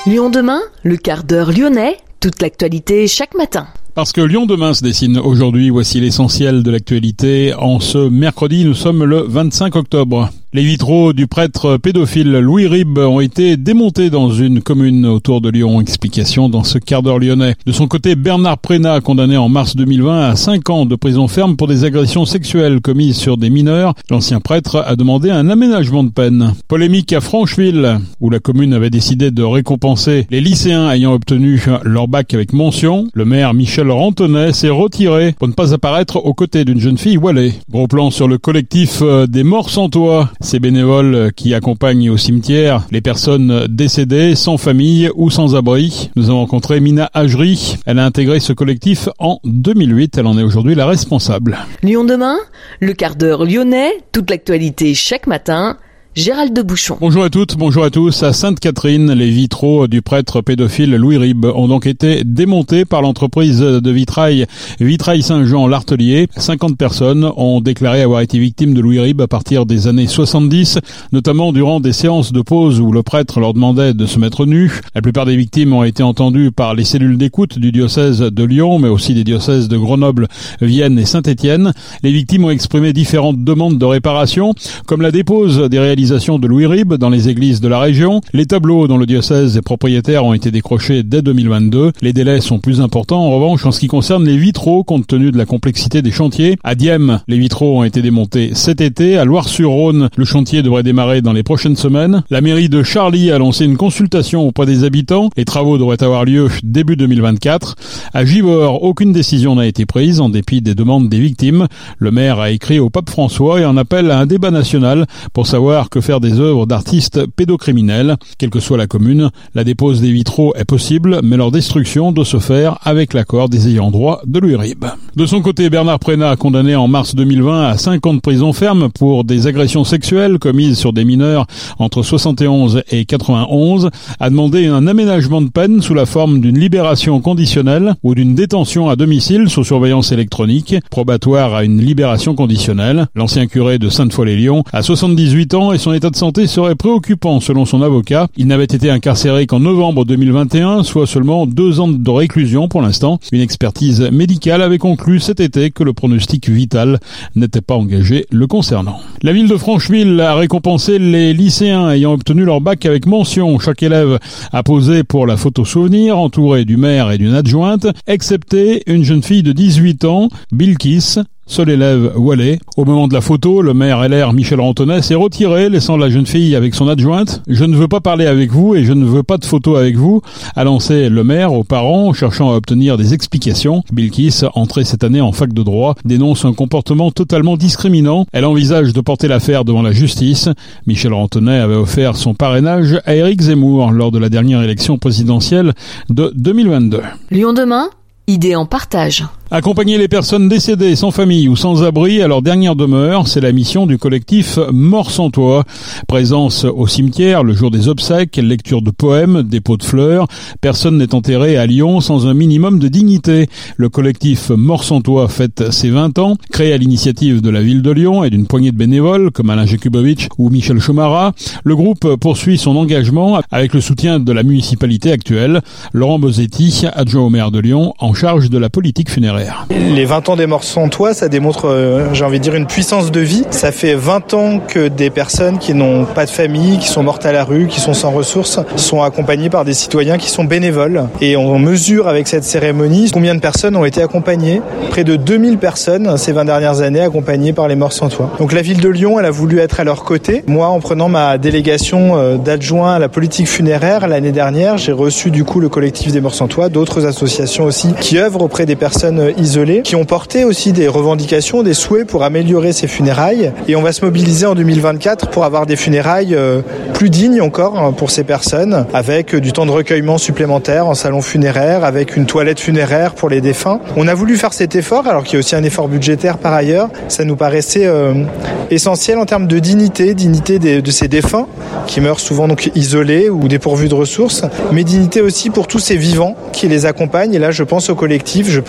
Lyon demain, le quart d'heure lyonnais, toute l'actualité chaque matin. Parce que Lyon demain se dessine aujourd'hui, voici l'essentiel de l'actualité. En ce mercredi, nous sommes le 25 octobre. Les vitraux du prêtre pédophile Louis Ribes ont été démontés dans une commune autour de Lyon. Explication dans ce quart d'heure lyonnais. De son côté, Bernard Prénat, condamné en mars 2020 à 5 ans de prison ferme pour des agressions sexuelles commises sur des mineurs. L'ancien prêtre a demandé un aménagement de peine. Polémique à Francheville, où la commune avait décidé de récompenser les lycéens ayant obtenu leur bac avec mention. Le maire Michel Rantonnet s'est retiré pour ne pas apparaître aux côtés d'une jeune fille voilée. Gros plan sur le collectif des Morts sans toit. Ces bénévoles qui accompagnent au cimetière les personnes décédées, sans famille ou sans abri. Nous avons rencontré Mina Ajri. Elle a intégré ce collectif en 2008. Elle en est aujourd'hui la responsable. Lyon demain, le quart d'heure lyonnais, toute l'actualité chaque matin. Gérald de Bouchon. Bonjour à toutes, bonjour à tous. À Sainte-Catherine, les vitraux du prêtre pédophile Louis Ribes ont donc été démontés par l'entreprise de vitrail Saint-Jean-l'Artelier. 50 personnes ont déclaré avoir été victimes de Louis Ribes à partir des années 70, notamment durant des séances de pause où le prêtre leur demandait de se mettre nus. La plupart des victimes ont été entendues par les cellules d'écoute du diocèse de Lyon, mais aussi des diocèses de Grenoble, Vienne et Saint-Étienne. Les victimes ont exprimé différentes demandes de réparation, comme la dépose des réalisations de Louis Ribes dans les églises de la région. Les tableaux dont le diocèse est propriétaire ont été décrochés dès 2022. Les délais sont plus importants en revanche en ce qui concerne les vitraux compte tenu de la complexité des chantiers. À Dieppe, les vitraux ont été démontés cet été. À Loire-sur-Rhône, le chantier devrait démarrer dans les prochaines semaines. La mairie de Charly a lancé une consultation auprès des habitants. Les travaux devraient avoir lieu début 2024. À Givors, aucune décision n'a été prise en dépit des demandes des victimes. Le maire a écrit au pape François et en appelle à un débat national pour savoir que faire des œuvres d'artistes pédocriminels. Quelle que soit la commune, la dépose des vitraux est possible, mais leur destruction doit se faire avec l'accord des ayants droit de Louis Ribes. De son côté, Bernard Prénat, condamné en mars 2020 à 5 ans de prison ferme pour des agressions sexuelles commises sur des mineurs entre 71 et 91, a demandé un aménagement de peine sous la forme d'une libération conditionnelle ou d'une détention à domicile sous surveillance électronique, probatoire à une libération conditionnelle. L'ancien curé de Sainte-Foy-les-Lyons a 78 ans et son état de santé serait préoccupant selon son avocat. Il n'avait été incarcéré qu'en novembre 2021, soit seulement 2 ans de réclusion pour l'instant. Une expertise médicale avait conclu cet été que le pronostic vital n'était pas engagé le concernant. La ville de Francheville a récompensé les lycéens ayant obtenu leur bac avec mention. Chaque élève a posé pour la photo souvenir, entouré du maire et d'une adjointe, excepté une jeune fille de 18 ans, Bilkis, seul élève voilé. Au moment de la photo, le maire LR Michel Rantonnet s'est retiré, laissant la jeune fille avec son adjointe. « Je ne veux pas parler avec vous et je ne veux pas de photo avec vous », a lancé le maire aux parents, cherchant à obtenir des explications. Bilkis, entrée cette année en fac de droit, dénonce un comportement totalement discriminant. Elle envisage de porter l'affaire devant la justice. Michel Rantonnet avait offert son parrainage à Éric Zemmour lors de la dernière élection présidentielle de 2022. Lyon demain, idée en partage. Accompagner les personnes décédées sans famille ou sans abri à leur dernière demeure, c'est la mission du collectif Morts sans toit. Présence au cimetière le jour des obsèques, lecture de poèmes, dépôt de fleurs. Personne n'est enterré à Lyon sans un minimum de dignité. Le collectif Morts sans toit fête ses 20 ans. Créé à l'initiative de la ville de Lyon et d'une poignée de bénévoles comme Alain Jakubowicz ou Michel Chomara, le groupe poursuit son engagement avec le soutien de la municipalité actuelle. Laurent Bosetti, adjoint au maire de Lyon, en charge de la politique funéraire. Les 20 ans des Morts sans toit, ça démontre, j'ai envie de dire, une puissance de vie. Ça fait 20 ans que des personnes qui n'ont pas de famille, qui sont mortes à la rue, qui sont sans ressources, sont accompagnées par des citoyens qui sont bénévoles. Et on mesure avec cette cérémonie combien de personnes ont été accompagnées. Près de 2000 personnes ces 20 dernières années accompagnées par les Morts sans toit. Donc la ville de Lyon, elle a voulu être à leur côté. Moi, en prenant ma délégation d'adjoint à la politique funéraire l'année dernière, j'ai reçu du coup le collectif des Morts sans toit, d'autres associations aussi qui œuvrent auprès des personnes isolés, qui ont porté aussi des revendications, des souhaits pour améliorer ces funérailles. Et on va se mobiliser en 2024 pour avoir des funérailles plus dignes encore pour ces personnes, avec du temps de recueillement supplémentaire en salon funéraire, avec une toilette funéraire pour les défunts. On a voulu faire cet effort, alors qu'il y a aussi un effort budgétaire par ailleurs. Ça nous paraissait essentiel en termes de dignité de ces défunts, qui meurent souvent donc isolés ou dépourvus de ressources, mais dignité aussi pour tous ces vivants qui les accompagnent. Et là, je pense au collectif, je pense à ces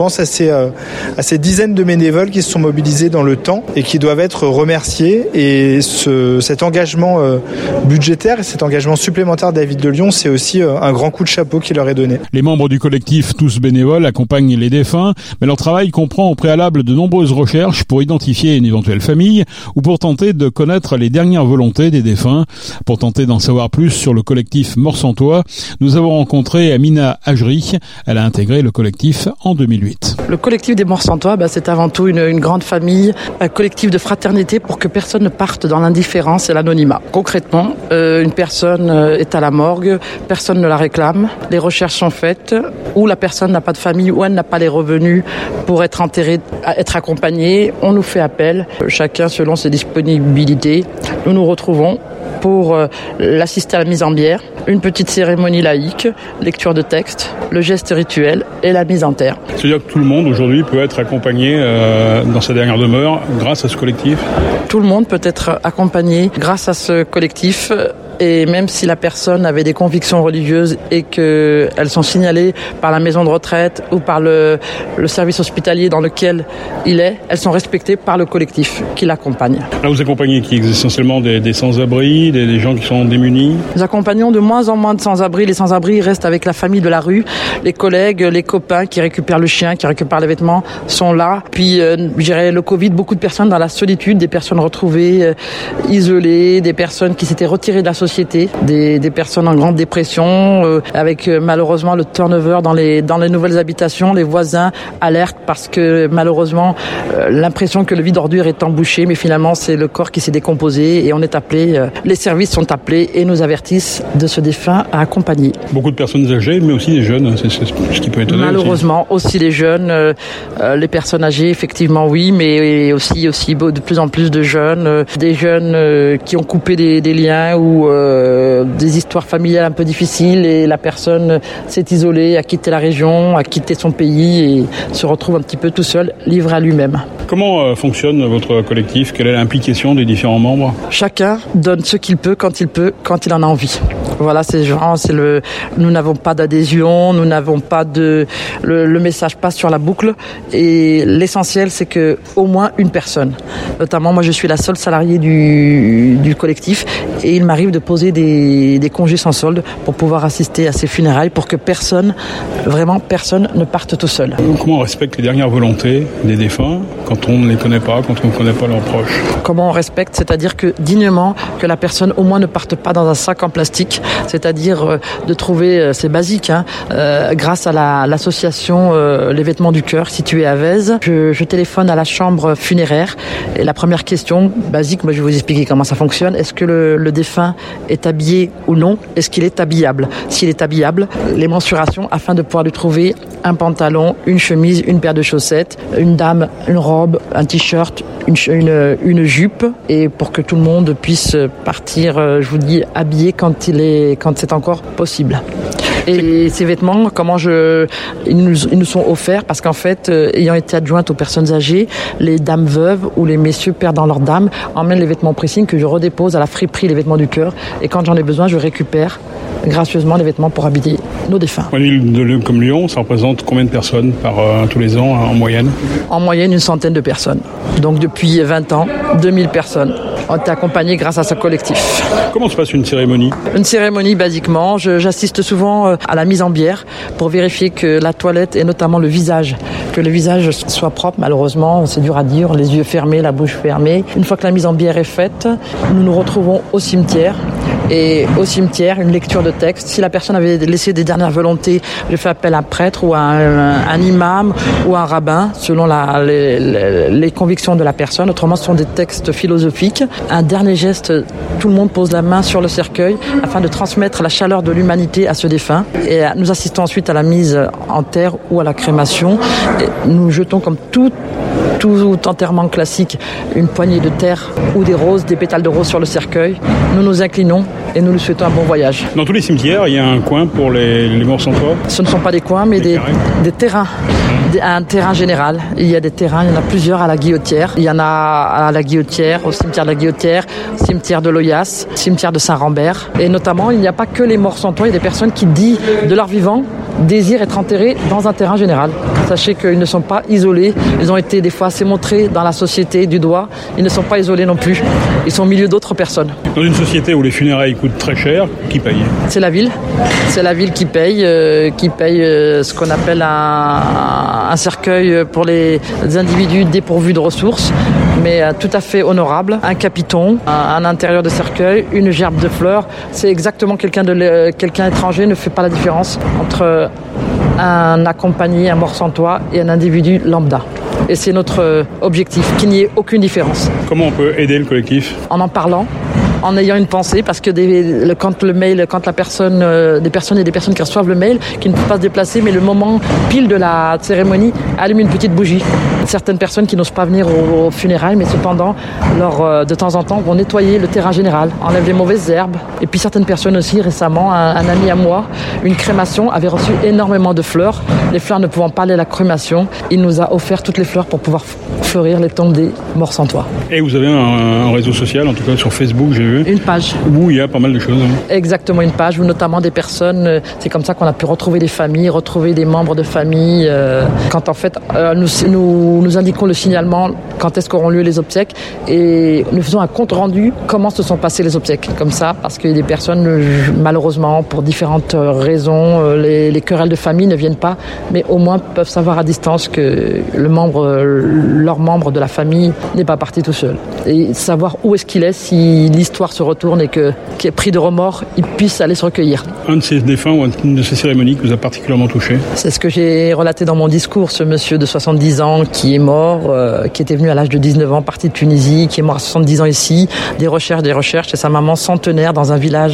à ces dizaines de bénévoles qui se sont mobilisés dans le temps et qui doivent être remerciés. Et cet engagement budgétaire et cet engagement supplémentaire de la ville de Lyon, c'est aussi un grand coup de chapeau qui leur est donné. Les membres du collectif Tous Bénévoles accompagnent les défunts, mais leur travail comprend au préalable de nombreuses recherches pour identifier une éventuelle famille ou pour tenter de connaître les dernières volontés des défunts. Pour tenter d'en savoir plus sur le collectif Morsantois, nous avons rencontré Amina Ajri. Elle a intégré le collectif en 2008. Le collectif des Morsantois, c'est avant tout une grande famille, un collectif de fraternité pour que personne ne parte dans l'indifférence et l'anonymat. Concrètement, une personne est à la morgue, personne ne la réclame, les recherches sont faites, ou la personne n'a pas de famille, ou elle n'a pas les revenus pour être enterrée, être accompagnée, on nous fait appel, chacun selon ses disponibilités. Nous nous retrouvons pour l'assister à la mise en bière, une petite cérémonie laïque, lecture de texte, le geste rituel et la mise en terre. C'est-à-dire que tout le monde aujourd'hui peut être accompagné dans sa dernière demeure grâce à ce collectif ? Tout le monde peut être accompagné grâce à ce collectif. Et même si la personne avait des convictions religieuses et qu'elles sont signalées par la maison de retraite ou par le service hospitalier dans lequel il est, elles sont respectées par le collectif qui l'accompagne. Là, vous accompagnez qui ? Essentiellement des sans-abri, des gens qui sont démunis ? Nous accompagnons de moins en moins de sans-abri. Les sans-abri restent avec la famille de la rue. Les collègues, les copains qui récupèrent le chien, qui récupèrent les vêtements sont là. Puis, je dirais, le Covid, beaucoup de personnes dans la solitude, des personnes retrouvées, isolées, des personnes qui s'étaient retirées de la société, des personnes en grande dépression, avec malheureusement le turnover dans les nouvelles habitations, les voisins alertent parce que malheureusement l'impression que le vide ordure est embouché, mais finalement c'est le corps qui s'est décomposé et on est appelé, les services sont appelés et nous avertissent de ce défunt à accompagner. Beaucoup de personnes âgées, mais aussi des jeunes, c'est ce qui peut étonner. Malheureusement, aussi les jeunes, les personnes âgées, effectivement oui, mais aussi de plus en plus de jeunes, des jeunes qui ont coupé des liens ou des histoires familiales un peu difficiles et la personne s'est isolée, a quitté la région, a quitté son pays et se retrouve un petit peu tout seul, livré à lui-même. Comment fonctionne votre collectif ? Quelle est l'implication des différents membres ? Chacun donne ce qu'il peut, quand il en a envie. Voilà, nous n'avons pas d'adhésion, nous n'avons pas le message passe sur la boucle et l'essentiel c'est que au moins une personne, notamment moi je suis la seule salariée du collectif et il m'arrive de poser des congés sans solde pour pouvoir assister à ces funérailles pour que personne ne parte tout seul. Comment on respecte les dernières volontés des défunts quand on ne les connaît pas, quand on ne connaît pas leurs proches ? Comment on respecte ? C'est-à-dire que dignement, que la personne au moins ne parte pas dans un sac en plastique, c'est-à-dire de trouver, c'est basique, grâce à l'association Les Vêtements du Cœur située à Vèze, je téléphone à la chambre funéraire et la première question basique, moi je vais vous expliquer comment ça fonctionne, est-ce que le défunt est habillé ou non, est-ce qu'il est habillable ? S'il est habillable, les mensurations afin de pouvoir lui trouver un pantalon, une chemise, une paire de chaussettes, une dame, une robe, un t-shirt, une jupe et pour que tout le monde puisse partir, je vous dis, habillé quand c'est encore possible. Et ces vêtements, ils nous sont offerts parce qu'en fait, ayant été adjointe aux personnes âgées, les dames veuves ou les messieurs perdant leurs dames emmènent les vêtements pressing que je redépose à la friperie Les Vêtements du Cœur et quand j'en ai besoin, je récupère gracieusement les vêtements pour habiller nos défunts. Une ville comme Lyon, ça représente combien de personnes tous les ans en moyenne ? En moyenne, une centaine de personnes. Donc depuis 20 ans, 2000 personnes ont été accompagnées grâce à ce collectif. Comment se passe une cérémonie ? Une cérémonie, basiquement, j'assiste souvent à la mise en bière pour vérifier que la toilette et notamment le visage soit propre. Malheureusement, c'est dur à dire, les yeux fermés, la bouche fermée. Une fois que la mise en bière est faite, nous nous retrouvons au cimetière. Et au cimetière, une lecture de texte. Si la personne avait laissé des dernières volontés, je fais appel à un prêtre ou à un imam ou à un rabbin, selon les convictions de la personne. Autrement, ce sont des textes philosophiques. Un dernier geste, tout le monde pose la main sur le cercueil afin de transmettre la chaleur de l'humanité à ce défunt. Et nous assistons ensuite à la mise en terre ou à la crémation. Et nous jetons comme tout enterrement classique, une poignée de terre ou des roses, des pétales de rose sur le cercueil. Nous nous inclinons et nous lui souhaitons un bon voyage. Dans tous les cimetières, il y a un coin pour les morts sans toit ? Ce ne sont pas des coins, mais des terrains. Un terrain général. Il y a des terrains, il y en a plusieurs à la Guillotière. Il y en a à la Guillotière, au cimetière de la Guillotière, cimetière de Loyasse, cimetière de Saint-Rambert. Et notamment, il n'y a pas que les morts sans toit, il y a des personnes qui disent de leur vivant désirent être enterrés dans un terrain général. Sachez qu'ils ne sont pas isolés. Ils ont été des fois assez montrés dans la société du doigt. Ils ne sont pas isolés non plus. Ils sont au milieu d'autres personnes. Dans une société où les funérailles coûtent très cher, qui paye ? C'est la ville. C'est la ville qui paye ce qu'on appelle un cercueil pour les individus dépourvus de ressources, mais tout à fait honorable. Un capiton, un intérieur de cercueil, une gerbe de fleurs. C'est exactement quelqu'un étranger ne fait pas la différence entre un accompagné, un mort sans toit et un individu lambda. Et c'est notre objectif, qu'il n'y ait aucune différence. Comment on peut aider le collectif ? En parlant, en ayant une pensée, parce que quand la personne, des personnes qui reçoivent le mail, qui ne peuvent pas se déplacer, mais le moment pile de la cérémonie, allument une petite bougie. Certaines personnes qui n'osent pas venir aux funérailles, mais cependant, de temps en temps, vont nettoyer le terrain général, enlèvent les mauvaises herbes. Et puis certaines personnes aussi, récemment, un ami à moi, une crémation, avait reçu énormément de fleurs. Les fleurs ne pouvant pas aller à la crémation, il nous a offert toutes les fleurs pour pouvoir fleurir les tombes des morts sans toit. Et vous avez un réseau social, en tout cas sur Facebook, j'ai vu. Une page. Où il y a pas mal de choses. Exactement, une page où notamment des personnes, c'est comme ça qu'on a pu retrouver des familles, retrouver des membres de famille. Quand en fait, nous indiquons le signalement, quand est-ce qu'auront lieu les obsèques, et nous faisons un compte rendu, comment se sont passées les obsèques. Comme ça, parce que des personnes, malheureusement, pour différentes raisons, les querelles de famille ne viennent pas, mais au moins peuvent savoir à distance que leur membre de la famille n'est pas parti tout seul. Et savoir où est-ce qu'il est, si l'histoire se retourne et qu'il est pris de remords, il puisse aller se recueillir. Un de ces défunts ou une de ces cérémonies qui vous a particulièrement touché ? C'est ce que j'ai relaté dans mon discours, ce monsieur de 70 ans qui est mort, qui était venu à l'âge de 19 ans, parti de Tunisie, qui est mort à 70 ans ici, des recherches, et sa maman centenaire dans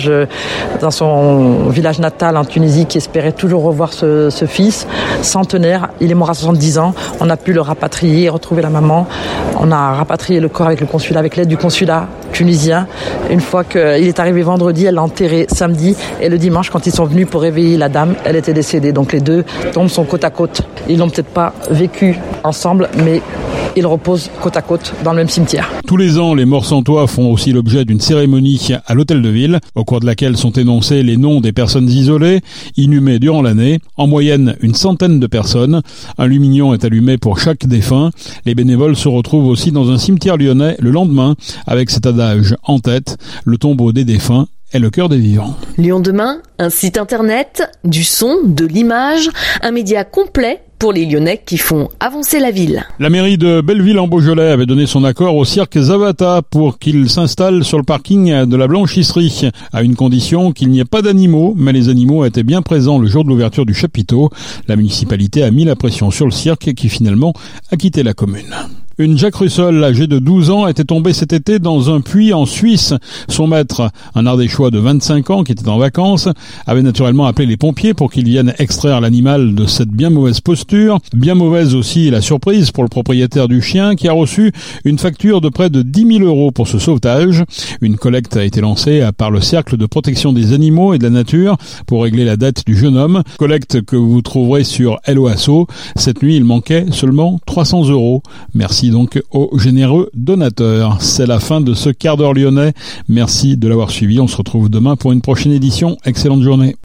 son village natal en Tunisie, qui espérait toujours revoir ce fils, centenaire, il est mort à 70 ans, on a pu le rapatrier, retrouver la maman, on a rapatrié le corps avec le consulat, avec l'aide du consulat tunisien. Une fois qu'il est arrivé vendredi, elle l'a enterré samedi, et le dimanche, quand ils sont venus pour réveiller la dame, elle était décédée. Donc les deux tombes sont côte à côte. Ils n'ont peut-être pas vécu ensemble, mais ils reposent côte à côte dans le même cimetière. Tous les ans, les morts sans toit font aussi l'objet d'une cérémonie à l'hôtel de ville, au cours de laquelle sont énoncés les noms des personnes isolées, inhumées durant l'année. En moyenne, une centaine de personnes. Un lumignon est allumé pour chaque défunt. Les bénévoles se retrouvent aussi dans un cimetière lyonnais le lendemain, avec cet adage en tête, le tombeau des défunts est le cœur des vivants. Lyon demain, un site internet, du son, de l'image, un média complet pour les Lyonnais qui font avancer la ville. La mairie de Belleville en Beaujolais avait donné son accord au cirque Zavata pour qu'il s'installe sur le parking de la Blanchisserie, à une condition qu'il n'y ait pas d'animaux, mais les animaux étaient bien présents le jour de l'ouverture du chapiteau. La municipalité a mis la pression sur le cirque qui finalement a quitté la commune. Une Jacques Russell, âgée de 12 ans, était tombée cet été dans un puits en Suisse. Son maître, un Ardéchois de 25 ans qui était en vacances, avait naturellement appelé les pompiers pour qu'ils viennent extraire l'animal de cette bien mauvaise posture. Bien mauvaise aussi la surprise pour le propriétaire du chien qui a reçu une facture de près de 10 000 € pour ce sauvetage. Une collecte a été lancée par le Cercle de protection des animaux et de la nature pour régler la dette du jeune homme. Collecte que vous trouverez sur Hello Asso. Cette nuit, il manquait seulement 300 €. Merci donc aux généreux donateurs. C'est la fin de ce quart d'heure lyonnais. Merci de l'avoir suivi. On se retrouve demain pour une prochaine édition. Excellente journée.